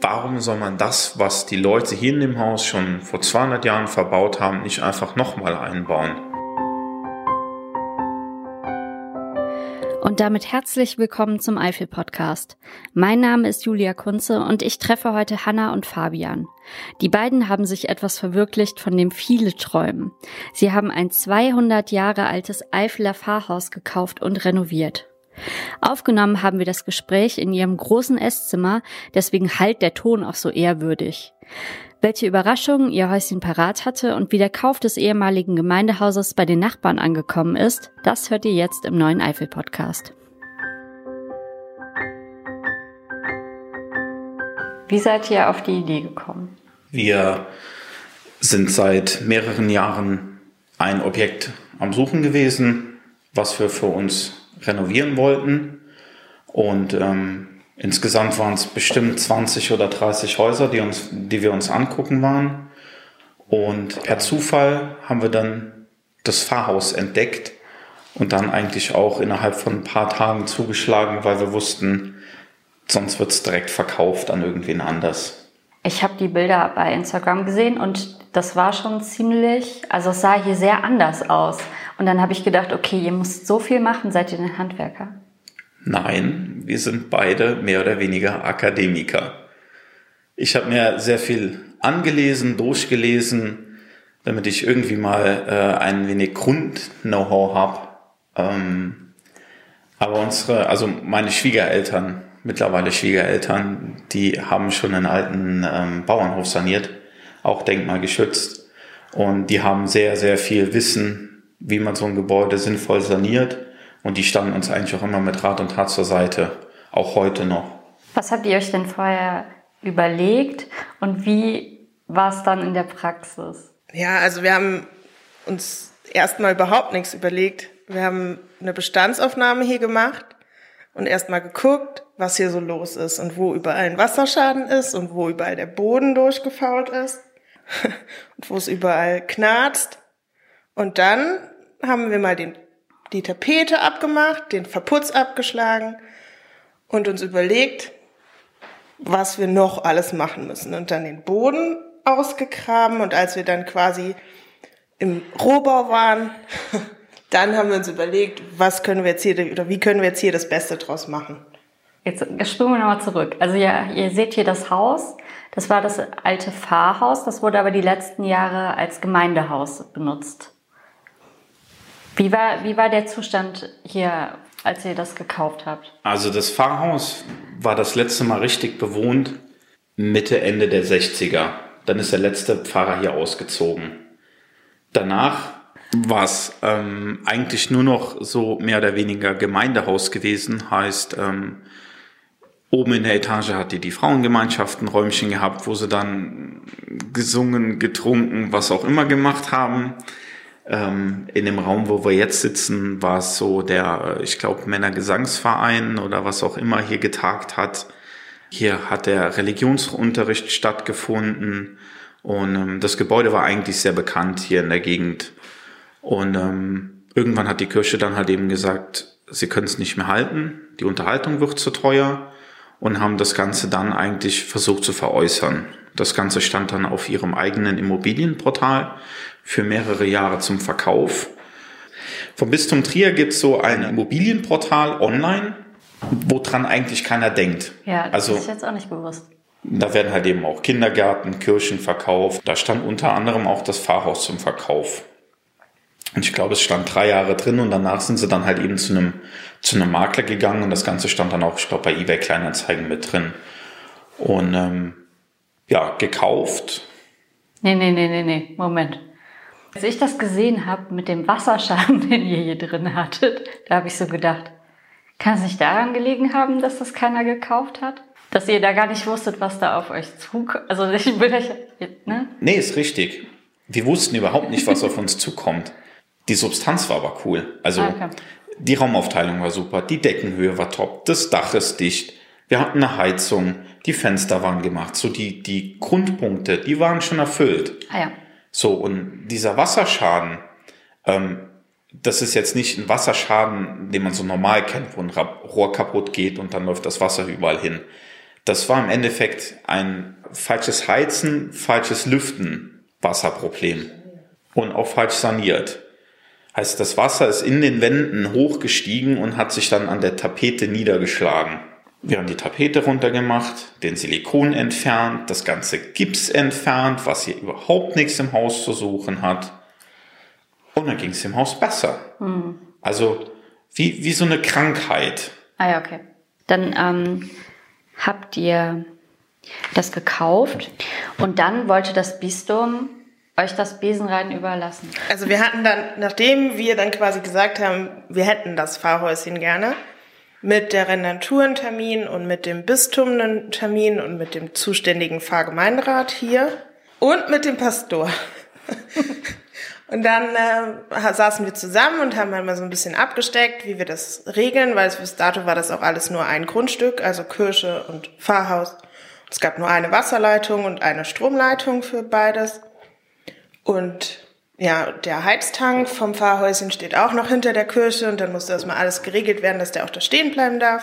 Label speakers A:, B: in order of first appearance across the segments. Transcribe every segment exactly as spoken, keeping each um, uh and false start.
A: warum soll man das, was die Leute hier in dem Haus schon vor zweihundert Jahren verbaut haben, nicht einfach nochmal einbauen?
B: Und damit herzlich willkommen zum Eifel-Podcast. Mein Name ist Julia Kunze und ich treffe heute Hanna und Fabian. Die beiden haben sich etwas verwirklicht, von dem viele träumen. Sie haben ein zweihundert Jahre altes Eifeler Pfarrhaus gekauft und renoviert. Aufgenommen haben wir das Gespräch in ihrem großen Esszimmer, deswegen hallt der Ton auch so ehrwürdig. Welche Überraschungen ihr Häuschen parat hatte und wie der Kauf des ehemaligen Gemeindehauses bei den Nachbarn angekommen ist, das hört ihr jetzt im neuen Eifel-Podcast. Wie seid ihr auf die Idee gekommen?
A: Wir sind seit mehreren Jahren ein Objekt am Suchen gewesen, was wir für uns renovieren wollten. Und ähm, insgesamt waren es bestimmt zwanzig oder dreißig Häuser, die, uns, die wir uns angucken waren. Und per Zufall haben wir dann das Pfarrhaus entdeckt und dann eigentlich auch innerhalb von ein paar Tagen zugeschlagen, weil wir wussten, sonst wird es direkt verkauft an irgendwen anders.
B: Ich habe die Bilder bei Instagram gesehen und das war schon ziemlich, also es sah hier sehr anders aus. Und dann habe ich gedacht, okay, ihr müsst so viel machen, seid ihr denn Handwerker?
A: Nein, wir sind beide mehr oder weniger Akademiker. Ich habe mir sehr viel angelesen, durchgelesen, damit ich irgendwie mal äh, ein wenig Grund-Know-how habe. Ähm, aber unsere, also meine Schwiegereltern, mittlerweile Schwiegereltern, die haben schon einen alten ähm, Bauernhof saniert, auch denkmalgeschützt. Und die haben sehr, sehr viel Wissen, wie man so ein Gebäude sinnvoll saniert. Und die standen uns eigentlich auch immer mit Rat und Tat zur Seite, auch heute noch.
B: Was habt ihr euch denn vorher überlegt und wie war es dann in der Praxis?
C: Ja, also wir haben uns erstmal überhaupt nichts überlegt. Wir haben eine Bestandsaufnahme hier gemacht und erstmal geguckt, was hier so los ist und wo überall ein Wasserschaden ist und wo überall der Boden durchgefault ist und wo es überall knarzt. Und dann haben wir mal den, die Tapete abgemacht, den Verputz abgeschlagen und uns überlegt, was wir noch alles machen müssen. Und dann den Boden ausgegraben und als wir dann quasi im Rohbau waren, dann haben wir uns überlegt, was können wir jetzt hier, oder wie können wir jetzt hier das Beste draus machen.
B: Jetzt springen wir nochmal zurück. Also ja, ihr seht hier das Haus, das war das alte Pfarrhaus, das wurde aber die letzten Jahre als Gemeindehaus benutzt. Wie war, wie war der Zustand hier, als ihr das gekauft habt?
A: Also das Pfarrhaus war das letzte Mal richtig bewohnt Mitte, Ende der sechziger. Dann ist der letzte Pfarrer hier ausgezogen. Danach war es ähm, eigentlich nur noch so mehr oder weniger Gemeindehaus gewesen. Heißt, ähm, oben in der Etage hat die die Frauengemeinschaft ein Räumchen gehabt, wo sie dann gesungen, getrunken, was auch immer gemacht haben. In dem Raum, wo wir jetzt sitzen, war es so der, ich glaube, Männergesangsverein oder was auch immer hier getagt hat. Hier hat der Religionsunterricht stattgefunden und ähm, das Gebäude war eigentlich sehr bekannt hier in der Gegend. Und ähm, irgendwann hat die Kirche dann halt eben gesagt, sie können es nicht mehr halten, die Unterhaltung wird zu teuer und haben das Ganze dann eigentlich versucht zu veräußern. Das Ganze stand dann auf ihrem eigenen Immobilienportal für mehrere Jahre zum Verkauf. Vom Bistum Trier gibt es so ein Immobilienportal online, woran eigentlich keiner denkt.
B: Ja, das
A: also,
B: ist jetzt auch nicht bewusst.
A: Da werden halt eben auch Kindergärten, Kirchen verkauft. Da stand unter anderem auch das Pfarrhaus zum Verkauf. Und ich glaube, es stand drei Jahre drin und danach sind sie dann halt eben zu einem, zu einem Makler gegangen und das Ganze stand dann auch, ich glaube, bei eBay Kleinanzeigen mit drin. Und ähm, ja, gekauft.
B: Nee, nee, nee, nee, nee, Moment. Als ich das gesehen habe mit dem Wasserschaden, den ihr hier drin hattet, da habe ich so gedacht, kann es nicht daran gelegen haben, dass das keiner gekauft hat? Dass ihr da gar nicht wusstet, was da auf euch zukommt? Also ich will euch, ne?
A: Nee, ist richtig. Wir wussten überhaupt nicht, was auf uns zukommt. Die Substanz war aber cool. Also okay. Die Raumaufteilung war super, die Deckenhöhe war top, das Dach ist dicht, wir hatten eine Heizung, die Fenster waren gemacht, so die, die Grundpunkte, die waren schon erfüllt.
B: Ah ja.
A: So, und dieser Wasserschaden, ähm, das ist jetzt nicht ein Wasserschaden, den man so normal kennt, wo ein Rohr kaputt geht und dann läuft das Wasser überall hin. Das war im Endeffekt ein falsches Heizen, falsches Lüften, Wasserproblem und auch falsch saniert. Heißt, das Wasser ist in den Wänden hochgestiegen und hat sich dann an der Tapete niedergeschlagen. Wir haben die Tapete runtergemacht, den Silikon entfernt, das ganze Gips entfernt, was hier überhaupt nichts im Haus zu suchen hat. Und dann ging es im Haus besser. Mhm. Also wie, wie so eine Krankheit.
B: Ah ja, okay. Dann ähm, habt ihr das gekauft und dann wollte das Bistum euch das Besenrein überlassen.
C: Also wir hatten dann, nachdem wir dann quasi gesagt haben, wir hätten das Pfarrhäuschen gerne, mit der Rendatur einen Termin und mit dem Bistum einen Termin und mit dem zuständigen Pfarrgemeinderat hier und mit dem Pastor. Und dann äh, saßen wir zusammen und haben einmal so ein bisschen abgesteckt, wie wir das regeln, weil bis dato war das auch alles nur ein Grundstück, also Kirche und Pfarrhaus. Es gab nur eine Wasserleitung und eine Stromleitung für beides. Und ja, der Heiztank vom Pfarrhäuschen steht auch noch hinter der Kirche und dann musste erstmal alles geregelt werden, dass der auch da stehen bleiben darf.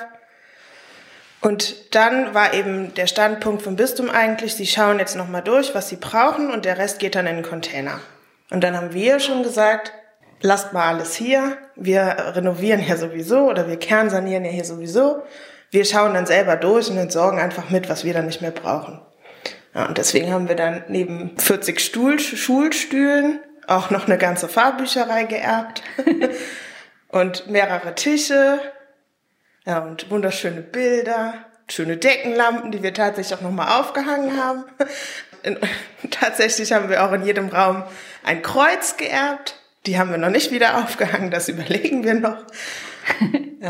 C: Und dann war eben der Standpunkt vom Bistum eigentlich, sie schauen jetzt nochmal durch, was sie brauchen und der Rest geht dann in den Container. Und dann haben wir schon gesagt, lasst mal alles hier, wir renovieren ja sowieso oder wir kernsanieren ja hier sowieso. Wir schauen dann selber durch und entsorgen einfach mit, was wir dann nicht mehr brauchen. Ja, und deswegen haben wir dann neben vierzig Stuhl, Schulstühlen auch noch eine ganze Fahrbücherei geerbt und mehrere Tische, ja, und wunderschöne Bilder, schöne Deckenlampen, die wir tatsächlich auch nochmal aufgehangen haben. In, tatsächlich haben wir auch in jedem Raum ein Kreuz geerbt. Die haben wir noch nicht wieder aufgehangen, das überlegen wir noch. Ja.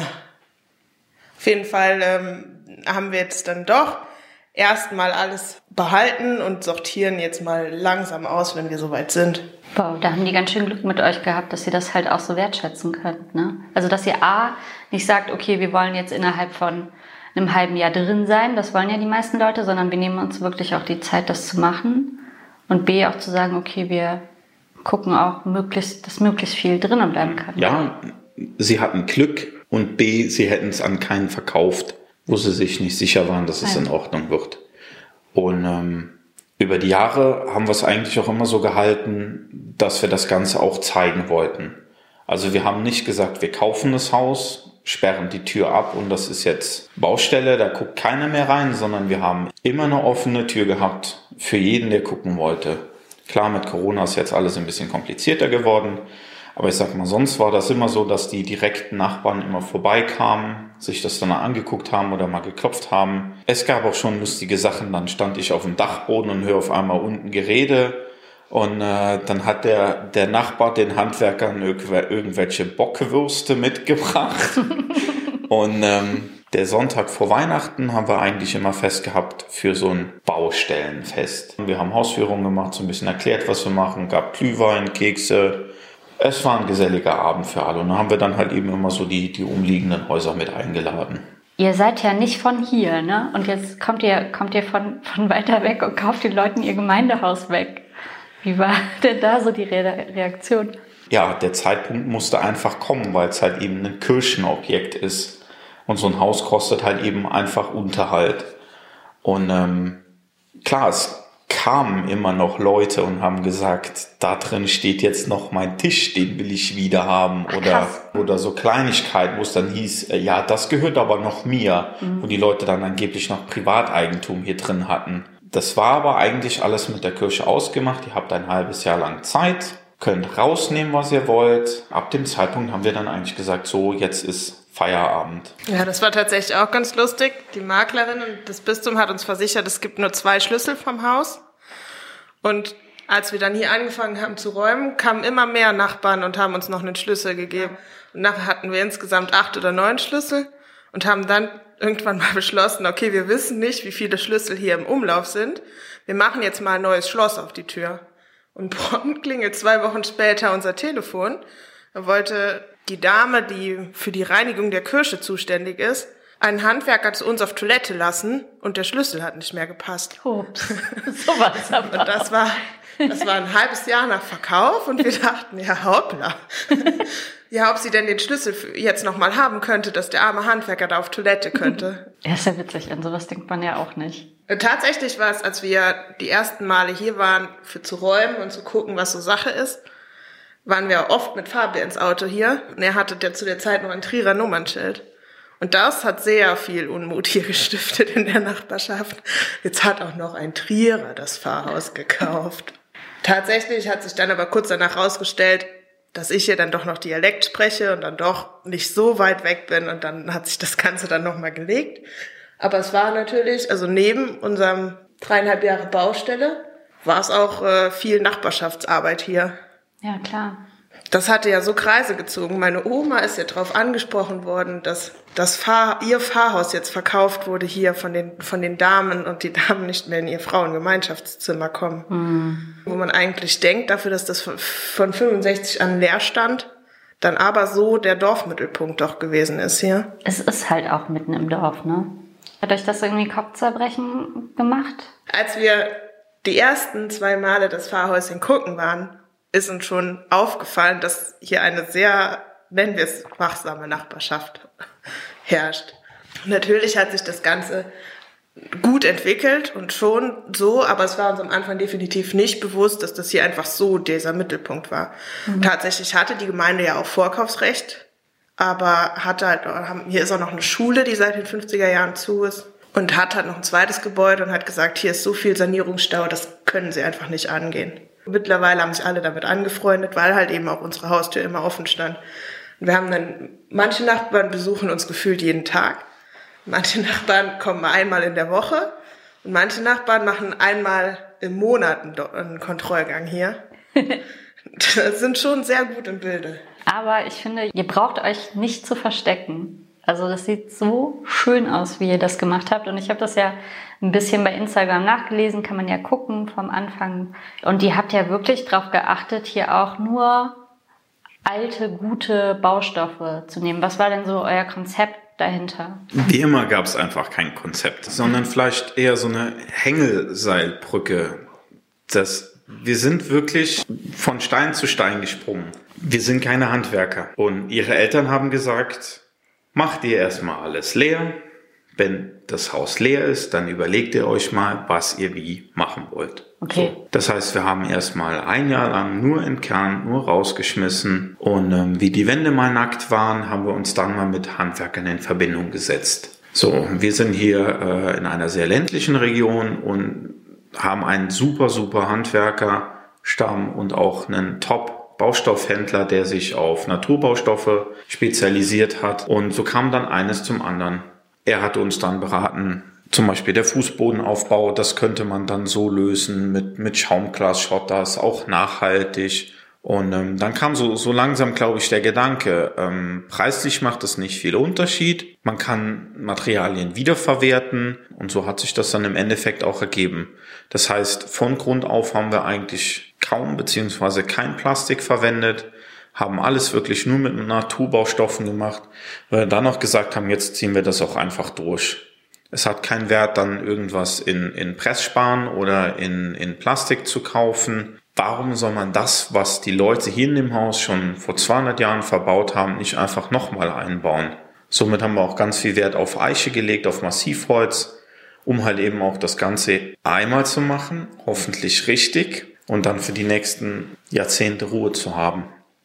C: Auf jeden Fall ähm, haben wir jetzt dann doch erstmal alles behalten und sortieren jetzt mal langsam aus, wenn wir soweit sind.
B: Wow, da haben die ganz schön Glück mit euch gehabt, dass ihr das halt auch so wertschätzen könnt, ne? Also, dass ihr A, nicht sagt, okay, wir wollen jetzt innerhalb von einem halben Jahr drin sein, das wollen ja die meisten Leute, sondern wir nehmen uns wirklich auch die Zeit, das zu machen. Und B, auch zu sagen, okay, wir gucken auch, möglichst, dass möglichst viel drinnen bleiben kann.
A: Ja, sie hatten Glück und B, sie hätten es an keinen verkauft, wo sie sich nicht sicher waren, dass es in Ordnung wird. Und ähm, über die Jahre haben wir es eigentlich auch immer so gehalten, dass wir das Ganze auch zeigen wollten. Also wir haben nicht gesagt, wir kaufen das Haus, sperren die Tür ab und das ist jetzt Baustelle, da guckt keiner mehr rein, sondern wir haben immer eine offene Tür gehabt für jeden, der gucken wollte. Klar, mit Corona ist jetzt alles ein bisschen komplizierter geworden, aber ich sag mal, sonst war das immer so, dass die direkten Nachbarn immer vorbeikamen, sich das dann angeguckt haben oder mal geklopft haben. Es gab auch schon lustige Sachen, dann stand ich auf dem Dachboden und höre auf einmal unten Gerede. Und äh, dann hat der, der Nachbar den Handwerkern irgendw- irgendwelche Bockwürste mitgebracht. Und ähm, der Sonntag vor Weihnachten haben wir eigentlich immer fest gehabt für so ein Baustellenfest. Wir haben Hausführungen gemacht, so ein bisschen erklärt, was wir machen, gab Glühwein, Kekse. Es war ein geselliger Abend für alle. Und dann haben wir dann halt eben immer so die, die umliegenden Häuser mit eingeladen.
B: Ihr seid ja nicht von hier, ne? Und jetzt kommt ihr, kommt ihr von, von weiter weg und kauft den Leuten ihr Gemeindehaus weg. Wie war denn da so die Re- Reaktion?
A: Ja, der Zeitpunkt musste einfach kommen, weil es halt eben ein Kirchenobjekt ist. Und so ein Haus kostet halt eben einfach Unterhalt. Und ähm, klar, es kamen immer noch Leute und haben gesagt, da drin steht jetzt noch mein Tisch, den will ich wieder haben. Oder, oder so Kleinigkeiten, wo es dann hieß, äh, ja, das gehört aber noch mir. Mhm. Wo die Leute dann angeblich noch Privateigentum hier drin hatten. Das war aber eigentlich alles mit der Kirche ausgemacht. Ihr habt ein halbes Jahr lang Zeit, könnt rausnehmen, was ihr wollt. Ab dem Zeitpunkt haben wir dann eigentlich gesagt, so, jetzt ist Feierabend.
C: Ja, das war tatsächlich auch ganz lustig. Die Maklerin und das Bistum hat uns versichert, es gibt nur zwei Schlüssel vom Haus. Und als wir dann hier angefangen haben zu räumen, kamen immer mehr Nachbarn und haben uns noch einen Schlüssel gegeben. Und nachher hatten wir insgesamt acht oder neun Schlüssel und haben dann irgendwann mal beschlossen, okay, wir wissen nicht, wie viele Schlüssel hier im Umlauf sind. Wir machen jetzt mal ein neues Schloss auf die Tür. Und prompt klingelt zwei Wochen später unser Telefon. Da wollte die Dame, die für die Reinigung der Kirche zuständig ist, einen Handwerker zu uns auf Toilette lassen und der Schlüssel hat nicht mehr gepasst.
B: Ups, sowas aber.
C: Und das war, das war ein halbes Jahr nach Verkauf und wir dachten, ja, hoppla. Ja, ob sie denn den Schlüssel jetzt nochmal haben könnte, dass der arme Handwerker da auf Toilette könnte.
B: Ja, ist ja witzig, an sowas denkt man ja auch nicht.
C: Tatsächlich war es, als wir die ersten Male hier waren, für zu räumen und zu gucken, was so Sache ist, waren wir oft mit Fabians Auto hier. Und er hatte der zu der Zeit noch ein Trierer Nummernschild. Und das hat sehr viel Unmut hier gestiftet in der Nachbarschaft. Jetzt hat auch noch ein Trierer das Pfarrhaus gekauft. Tatsächlich hat sich dann aber kurz danach herausgestellt, dass ich hier dann doch noch Dialekt spreche und dann doch nicht so weit weg bin. Und dann hat sich das Ganze dann nochmal gelegt. Aber es war natürlich, also neben unserem dreieinhalb Jahre Baustelle, war es auch äh, viel Nachbarschaftsarbeit hier.
B: Ja, klar.
C: Das hatte ja so Kreise gezogen. Meine Oma ist ja drauf angesprochen worden, dass das Fahr- ihr Pfarrhaus jetzt verkauft wurde hier von den, von den Damen und die Damen nicht mehr in ihr Frauengemeinschaftszimmer kommen. Mhm. Wo man eigentlich denkt, dafür, dass das von, von fünfundsechzig an leer stand, dann aber so der Dorfmittelpunkt doch gewesen ist hier.
B: Es ist halt auch mitten im Dorf, ne? Hat euch das irgendwie Kopfzerbrechen gemacht?
C: Als wir die ersten zwei Male das Pfarrhäuschen gucken waren, ist uns schon aufgefallen, dass hier eine sehr, nennen wir es, wachsame Nachbarschaft herrscht. Natürlich hat sich das Ganze gut entwickelt und schon so, aber es war uns am Anfang definitiv nicht bewusst, dass das hier einfach so dieser Mittelpunkt war. Mhm. Tatsächlich hatte die Gemeinde ja auch Vorkaufsrecht, aber hatte halt, hier ist auch noch eine Schule, die seit den fünfziger Jahren zu ist und hat halt noch ein zweites Gebäude und hat gesagt, hier ist so viel Sanierungsstau, das können sie einfach nicht angehen. Mittlerweile haben sich alle damit angefreundet, weil halt eben auch unsere Haustür immer offen stand. Und wir haben dann, manche Nachbarn besuchen uns gefühlt jeden Tag. Manche Nachbarn kommen einmal in der Woche. Und manche Nachbarn machen einmal im Monat einen Kontrollgang hier. Das sind schon sehr gut im Bilde.
B: Aber ich finde, ihr braucht euch nicht zu verstecken. Also das sieht so schön aus, wie ihr das gemacht habt. Und ich habe das ja ein bisschen bei Instagram nachgelesen, kann man ja gucken vom Anfang. Und ihr habt ja wirklich darauf geachtet, hier auch nur alte, gute Baustoffe zu nehmen. Was war denn so euer Konzept dahinter?
A: Wie immer gab es einfach kein Konzept, sondern vielleicht eher so eine Hängelseilbrücke. Das, wir sind wirklich von Stein zu Stein gesprungen. Wir sind keine Handwerker. Und ihre Eltern haben gesagt, macht ihr erstmal alles leer. Wenn das Haus leer ist, dann überlegt ihr euch mal, was ihr wie machen wollt.
B: Okay.
A: So, das heißt, wir haben erstmal ein Jahr lang nur entkernt, nur rausgeschmissen. Und ähm, wie die Wände mal nackt waren, haben wir uns dann mal mit Handwerkern in Verbindung gesetzt. So, wir sind hier äh, in einer sehr ländlichen Region und haben einen super, super Handwerkerstamm und auch einen Top-Baustoffhändler, der sich auf Naturbaustoffe spezialisiert hat. Und so kam dann eines zum anderen. Er hat uns dann beraten, zum Beispiel der Fußbodenaufbau, das könnte man dann so lösen mit, mit Schaumglasschotter, ist auch nachhaltig. Und ähm, dann kam so, so langsam, glaube ich, der Gedanke, ähm, preislich macht es nicht viel Unterschied. Man kann Materialien wiederverwerten und so hat sich das dann im Endeffekt auch ergeben. Das heißt, von Grund auf haben wir eigentlich kaum beziehungsweise kein Plastik verwendet, haben alles wirklich nur mit Naturbaustoffen gemacht, weil wir dann noch gesagt haben, jetzt ziehen wir das auch einfach durch. Es hat keinen Wert, dann irgendwas in, in Pressspan oder in, in Plastik zu kaufen. Warum soll man das, was die Leute hier in dem Haus schon vor zweihundert Jahren verbaut haben, nicht einfach nochmal einbauen? Somit haben wir auch ganz viel Wert auf Eiche gelegt, auf Massivholz, um halt eben auch das Ganze einmal zu machen, hoffentlich richtig und dann für die nächsten Jahrzehnte Ruhe zu haben.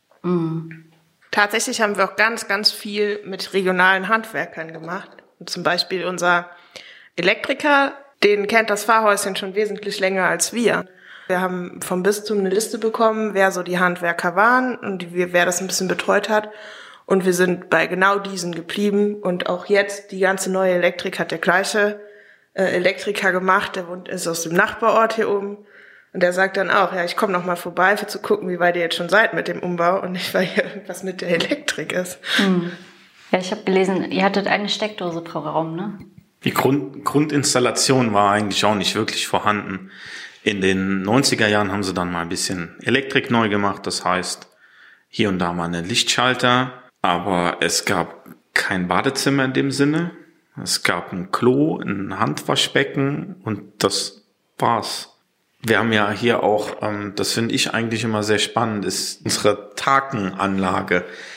C: Mhm. Tatsächlich haben wir auch ganz, ganz viel mit regionalen Handwerkern gemacht. Zum Beispiel unser Elektriker, den kennt das Pfarrhäuschen schon wesentlich länger als wir. Wir haben vom Bistum eine Liste bekommen, wer so die Handwerker waren und wer das ein bisschen betreut hat. Und wir sind bei genau diesen geblieben. Und auch jetzt, die ganze neue Elektrik hat der gleiche äh, Elektriker gemacht. Der wohnt, ist aus dem Nachbarort hier oben. Und der sagt dann auch, ja, ich komme noch mal vorbei, für zu gucken, wie weit ihr jetzt schon seid mit dem Umbau und nicht, weil hier irgendwas mit der Elektrik ist.
B: Hm. Ja, ich habe gelesen, ihr hattet eine Steckdose pro Raum, ne?
A: Die Grund, Grundinstallation war eigentlich auch nicht wirklich vorhanden. In den neunziger Jahren haben sie dann mal ein bisschen Elektrik neu gemacht. Das heißt, hier und da mal einen Lichtschalter. Aber es gab kein Badezimmer in dem Sinne. Es gab ein Klo, ein Handwaschbecken und das war's. Wir haben ja hier auch, ähm, das finde ich eigentlich immer sehr spannend, ist unsere Takenanlage.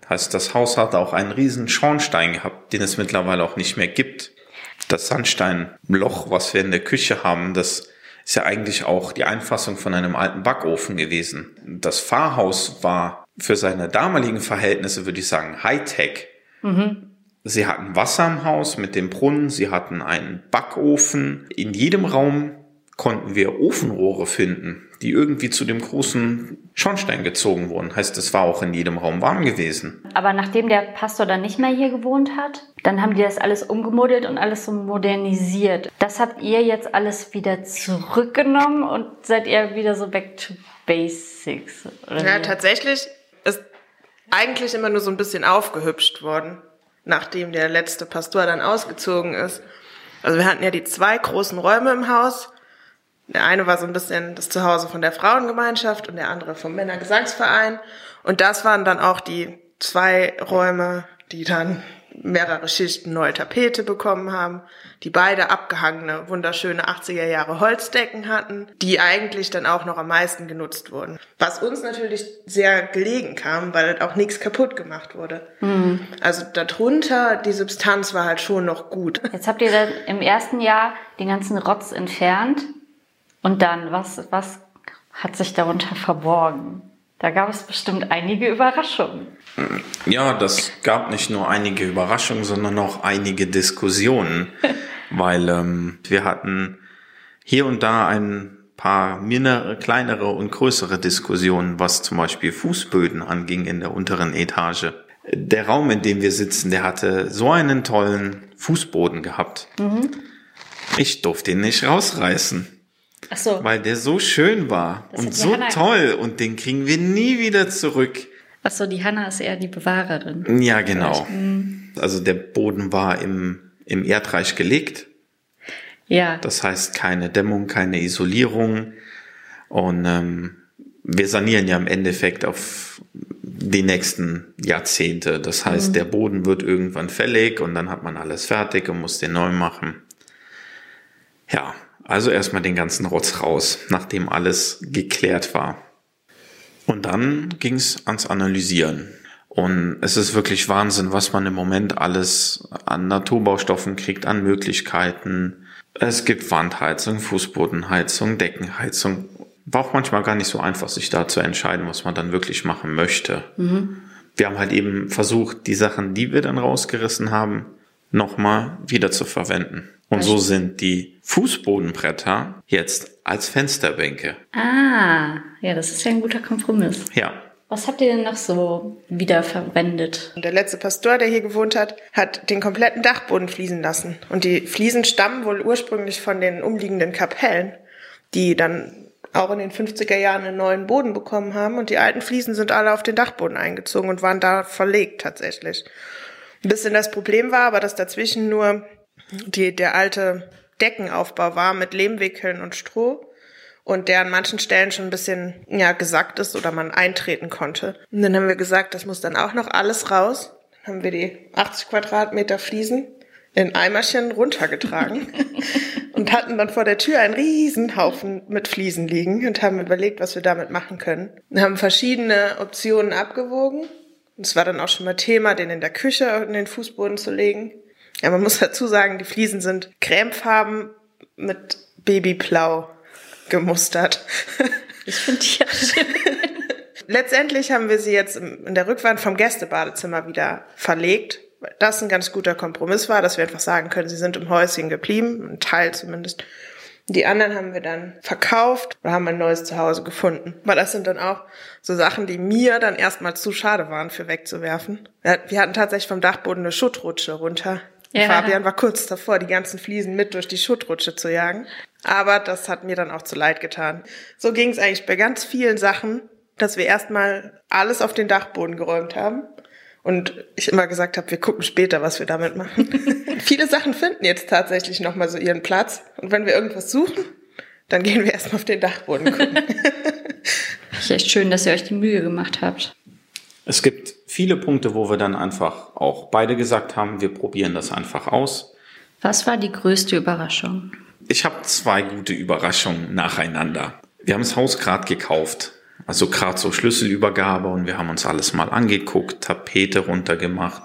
A: Heißt, das Haus hatte auch einen riesen Schornstein gehabt, den es mittlerweile auch nicht mehr gibt. Das Sandsteinloch, was wir in der Küche haben, das ist ja eigentlich auch die Einfassung von einem alten Backofen gewesen. Das Pfarrhaus war für seine damaligen Verhältnisse, würde ich sagen, Hightech. Mhm. Sie hatten Wasser im Haus mit dem Brunnen, sie hatten einen Backofen. In jedem Raum konnten wir Ofenrohre finden, die irgendwie zu dem großen Schornstein gezogen wurden. Heißt, es war auch in jedem Raum warm gewesen.
B: Aber nachdem der Pastor dann nicht mehr hier gewohnt hat, dann haben die das alles umgemodelt und alles so modernisiert. Das habt ihr jetzt alles wieder zurückgenommen und seid ihr wieder so back to basics? Oder
C: ja,
B: wie?
C: Tatsächlich ist eigentlich immer nur so ein bisschen aufgehübscht worden, nachdem der letzte Pastor dann ausgezogen ist. Also wir hatten ja die zwei großen Räume im Haus. Der eine war so ein bisschen das Zuhause von der Frauengemeinschaft und der andere vom Männergesangsverein. Und das waren dann auch die zwei Räume, die dann mehrere Schichten neue Tapete bekommen haben, die beide abgehangene, wunderschöne achtziger Jahre Holzdecken hatten, die eigentlich dann auch noch am meisten genutzt wurden. Was uns natürlich sehr gelegen kam, weil auch nichts kaputt gemacht wurde. Mhm. Also darunter, die Substanz war halt schon noch gut.
B: Jetzt habt ihr dann im ersten Jahr den ganzen Rotz entfernt. Und dann, was, was hat sich darunter verborgen? Da gab es bestimmt einige Überraschungen.
A: Ja, das gab nicht nur einige Überraschungen, sondern auch einige Diskussionen. Weil ähm, wir hatten hier und da ein paar mindere, kleinere und größere Diskussionen, was zum Beispiel Fußböden anging in der unteren Etage. Der Raum, in dem wir sitzen, der hatte so einen tollen Fußboden gehabt. Mhm. Ich durfte ihn nicht rausreißen.
B: Ach so.
A: Weil der so schön war
B: das
A: und so Hanna toll und den kriegen wir nie wieder zurück.
B: Ach so, die Hanna ist eher die Bewahrerin.
A: Ja, genau. Mhm. Also der Boden war im, im Erdreich gelegt.
B: Ja.
A: Das heißt keine Dämmung, keine Isolierung. Und ähm, wir sanieren ja im Endeffekt auf die nächsten Jahrzehnte. Das heißt, mhm. der Boden wird irgendwann fällig und dann hat man alles fertig und muss den neu machen. Ja. Also erstmal den ganzen Rotz raus, nachdem alles geklärt war. Und dann ging's ans Analysieren. Und es ist wirklich Wahnsinn, was man im Moment alles an Naturbaustoffen kriegt, an Möglichkeiten. Es gibt Wandheizung, Fußbodenheizung, Deckenheizung. War auch manchmal gar nicht so einfach, sich da zu entscheiden, was man dann wirklich machen möchte. Mhm. Wir haben halt eben versucht, die Sachen, die wir dann rausgerissen haben, nochmal wieder zu verwenden. Und so sind die Fußbodenbretter jetzt als Fensterbänke.
B: Ah, ja, das ist ja ein guter Kompromiss.
A: Ja.
B: Was habt ihr denn noch so wiederverwendet?
C: Der letzte Pastor, der hier gewohnt hat, hat den kompletten Dachboden fließen lassen. Und die Fliesen stammen wohl ursprünglich von den umliegenden Kapellen, die dann auch in den fünfziger Jahren einen neuen Boden bekommen haben. Und die alten Fliesen sind alle auf den Dachboden eingezogen und waren da verlegt tatsächlich. Ein bisschen das Problem war aber, dass dazwischen nur die, der alte Deckenaufbau war mit Lehmwickeln und Stroh und der an manchen Stellen schon ein bisschen ja gesackt ist oder man eintreten konnte. Und dann haben wir gesagt, das muss dann auch noch alles raus. Dann haben wir die achtzig Quadratmeter Fliesen in Eimerchen runtergetragen und hatten dann vor der Tür einen riesen Haufen mit Fliesen liegen und haben überlegt, was wir damit machen können. Wir haben verschiedene Optionen abgewogen. Und es war dann auch schon mal Thema, den in der Küche in den Fußboden zu legen. Ja, man muss dazu sagen, die Fliesen sind cremefarben mit Babyblau gemustert.
B: Ich finde die ja schön.
C: Letztendlich haben wir sie jetzt in der Rückwand vom Gästebadezimmer wieder verlegt, weil das ein ganz guter Kompromiss war, dass wir einfach sagen können, sie sind im Häuschen geblieben, ein Teil zumindest. Die anderen haben wir dann verkauft oder haben ein neues Zuhause gefunden. Weil das sind dann auch so Sachen, die mir dann erstmal zu schade waren für wegzuwerfen. Wir hatten tatsächlich vom Dachboden eine Schuttrutsche runter. Ja. Fabian war kurz davor, die ganzen Fliesen mit durch die Schuttrutsche zu jagen. Aber das hat mir dann auch zu leid getan. So ging es eigentlich bei ganz vielen Sachen, dass wir erstmal alles auf den Dachboden geräumt haben. Und ich immer gesagt habe, wir gucken später, was wir damit machen. Viele Sachen finden jetzt tatsächlich nochmal so ihren Platz. Und wenn wir irgendwas suchen, dann gehen wir erstmal auf den Dachboden gucken.
B: Ist echt schön, dass ihr euch die Mühe gemacht habt.
A: Es gibt viele Punkte, wo wir dann einfach auch beide gesagt haben, wir probieren das einfach aus.
B: Was war die größte Überraschung?
A: Ich habe zwei gute Überraschungen nacheinander. Wir haben das Haus gerade gekauft Also gerade so Schlüsselübergabe und wir haben uns alles mal angeguckt, Tapete runtergemacht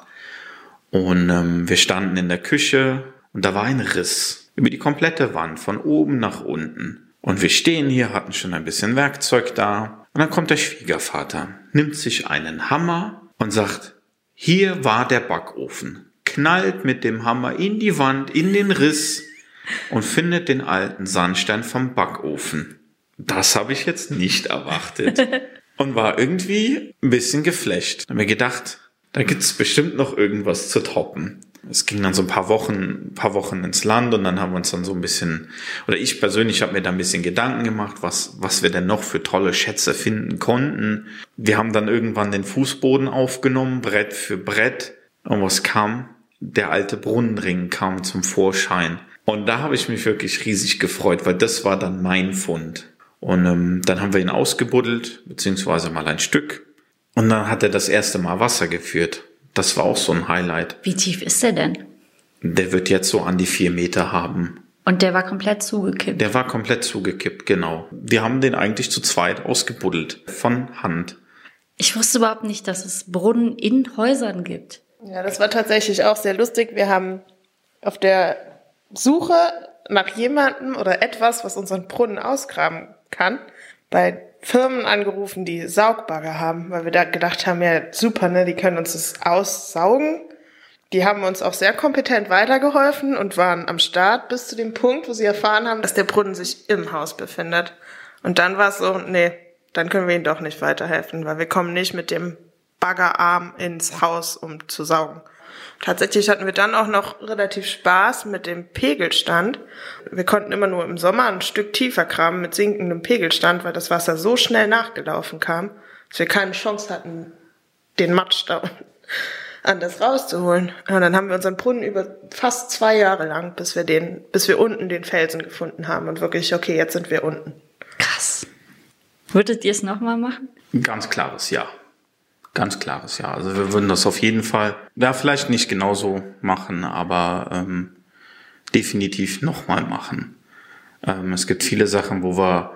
A: und ähm, wir standen in der Küche und da war ein Riss über die komplette Wand, von oben nach unten. Und wir stehen hier, hatten schon ein bisschen Werkzeug da und dann kommt der Schwiegervater, nimmt sich einen Hammer und sagt, hier war der Backofen, knallt mit dem Hammer in die Wand, in den Riss und findet den alten Sandstein vom Backofen. Das habe ich jetzt nicht erwartet und war irgendwie ein bisschen geflasht. Da habe mir gedacht, da gibt es bestimmt noch irgendwas zu toppen. Es ging dann so ein paar Wochen, ein paar Wochen ins Land und dann haben wir uns dann so ein bisschen, oder ich persönlich habe mir da ein bisschen Gedanken gemacht, was, was wir denn noch für tolle Schätze finden konnten. Wir haben dann irgendwann den Fußboden aufgenommen, Brett für Brett. Und was kam? Der alte Brunnenring kam zum Vorschein. Und da habe ich mich wirklich riesig gefreut, weil das war dann mein Fund. Und ähm, dann haben wir ihn ausgebuddelt, beziehungsweise mal ein Stück. Und dann hat er das erste Mal Wasser geführt. Das war auch so ein Highlight.
B: Wie tief ist der denn?
A: Der wird jetzt so an die vier Meter haben.
B: Und der war komplett zugekippt?
A: Der war komplett zugekippt, genau. Wir haben den eigentlich zu zweit ausgebuddelt, von Hand.
B: Ich wusste überhaupt nicht, dass es Brunnen in Häusern gibt.
C: Ja, das war tatsächlich auch sehr lustig. Wir haben auf der Suche nach jemandem oder etwas, was unseren Brunnen ausgraben kann, bei Firmen angerufen, die Saugbagger haben, weil wir da gedacht haben, ja super, ne, die können uns das aussaugen. Die haben uns auch sehr kompetent weitergeholfen und waren am Start bis zu dem Punkt, wo sie erfahren haben, dass der Brunnen sich im Haus befindet. Und dann war es so, nee, dann können wir ihnen doch nicht weiterhelfen, weil wir kommen nicht mit dem Baggerarm ins Haus, um zu saugen. Tatsächlich hatten wir dann auch noch relativ Spaß mit dem Pegelstand. Wir konnten immer nur im Sommer ein Stück tiefer graben mit sinkendem Pegelstand, weil das Wasser so schnell nachgelaufen kam, dass wir keine Chance hatten, den Matsch da anders rauszuholen. Und dann haben wir unseren Brunnen über fast zwei Jahre lang, bis wir den, bis wir unten den Felsen gefunden haben und wirklich, okay, jetzt sind wir unten.
B: Krass. Würdet ihr es nochmal machen?
A: Ganz klares Ja. Ganz klares Ja. Also wir würden das auf jeden Fall, ja, vielleicht nicht genauso machen, aber ähm, definitiv nochmal machen. Ähm, es gibt viele Sachen, wo wir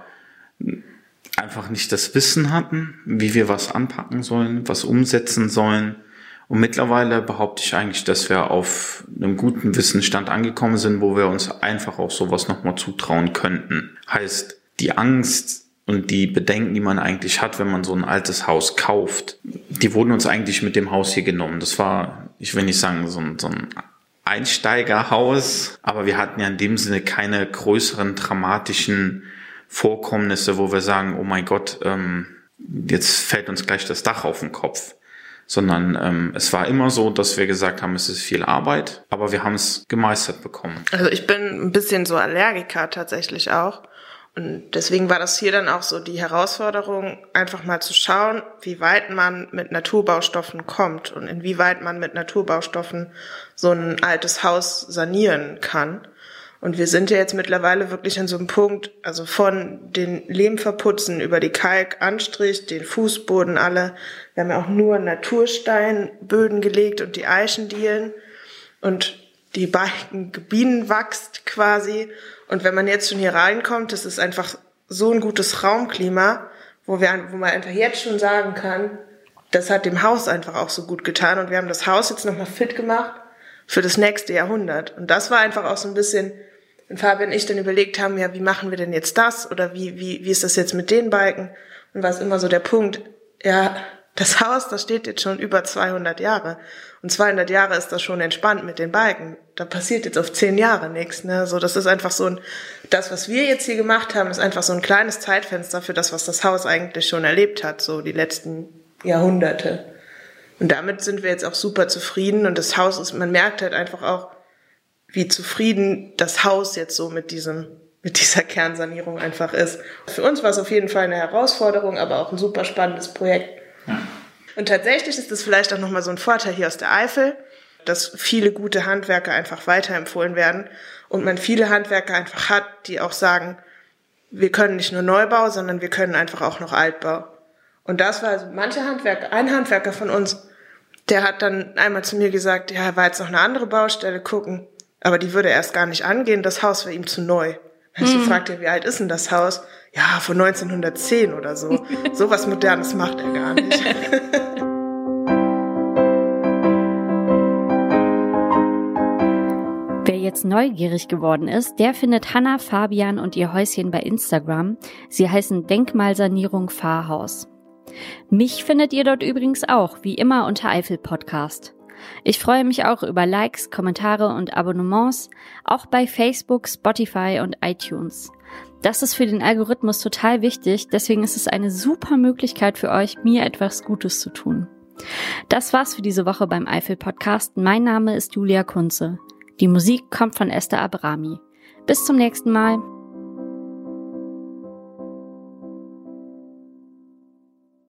A: einfach nicht das Wissen hatten, wie wir was anpacken sollen, was umsetzen sollen. Und mittlerweile behaupte ich eigentlich, dass wir auf einem guten Wissensstand angekommen sind, wo wir uns einfach auch sowas nochmal zutrauen könnten. Heißt, die Angst und die Bedenken, die man eigentlich hat, wenn man so ein altes Haus kauft, die wurden uns eigentlich mit dem Haus hier genommen. Das war, ich will nicht sagen, so ein, so ein Einsteigerhaus, aber wir hatten ja in dem Sinne keine größeren dramatischen Vorkommnisse, wo wir sagen, oh mein Gott, ähm, jetzt fällt uns gleich das Dach auf den Kopf. Sondern ähm, es war immer so, dass wir gesagt haben, es ist viel Arbeit, aber wir haben es gemeistert bekommen.
C: Also ich bin ein bisschen so Allergiker tatsächlich auch. Und deswegen war das hier dann auch so die Herausforderung, einfach mal zu schauen, wie weit man mit Naturbaustoffen kommt und inwieweit man mit Naturbaustoffen so ein altes Haus sanieren kann. Und wir sind ja jetzt mittlerweile wirklich an so einem Punkt, also von den Lehmverputzen über die Kalkanstrich, den Fußboden alle. Wir haben ja auch nur Natursteinböden gelegt und die Eichendielen und die Balken wächst quasi. Und wenn man jetzt schon hier reinkommt, das ist einfach so ein gutes Raumklima, wo wir, wo man einfach jetzt schon sagen kann, das hat dem Haus einfach auch so gut getan. Und wir haben das Haus jetzt nochmal fit gemacht für das nächste Jahrhundert. Und das war einfach auch so ein bisschen, wenn Fabian und ich dann überlegt haben, ja, wie machen wir denn jetzt das? Oder wie, wie, wie ist das jetzt mit den Balken? Und war es immer so der Punkt, ja, das Haus, das steht jetzt schon über zweihundert Jahre. Und zweihundert Jahre ist das schon entspannt mit den Balken. Da passiert jetzt auf zehn Jahre nichts, ne? So, das ist einfach so ein, das, was wir jetzt hier gemacht haben, ist einfach so ein kleines Zeitfenster für das, was das Haus eigentlich schon erlebt hat, so die letzten Jahrhunderte. Und damit sind wir jetzt auch super zufrieden. Und das Haus ist, man merkt halt einfach auch, wie zufrieden das Haus jetzt so mit diesem, mit dieser Kernsanierung einfach ist. Für uns war es auf jeden Fall eine Herausforderung, aber auch ein super spannendes Projekt. Ja. Und tatsächlich ist das vielleicht auch nochmal so ein Vorteil hier aus der Eifel, dass viele gute Handwerker einfach weiterempfohlen werden und man viele Handwerker einfach hat, die auch sagen, wir können nicht nur Neubau, sondern wir können einfach auch noch Altbau. Und das war also manche Handwerker, ein Handwerker von uns, der hat dann einmal zu mir gesagt, ja, er war jetzt noch eine andere Baustelle gucken, aber die würde erst gar nicht angehen, das Haus wäre ihm zu neu. Dann habe ich gefragt, ja, wie alt ist denn das Haus? ja, von neunzehnhundertzehn oder so. So was Modernes macht er gar nicht.
B: Wer jetzt neugierig geworden ist, der findet Hannah, Fabian und ihr Häuschen bei Instagram. Sie heißen Denkmalsanierung Pfarrhaus. Mich findet ihr dort übrigens auch, wie immer unter Eifel Podcast. Ich freue mich auch über Likes, Kommentare und Abonnements, auch bei Facebook, Spotify und iTunes. Das ist für den Algorithmus total wichtig, deswegen ist es eine super Möglichkeit für euch, mir etwas Gutes zu tun. Das war's für diese Woche beim Eifel Podcast. Mein Name ist Julia Kunze. Die Musik kommt von Esther Abrami. Bis zum nächsten Mal.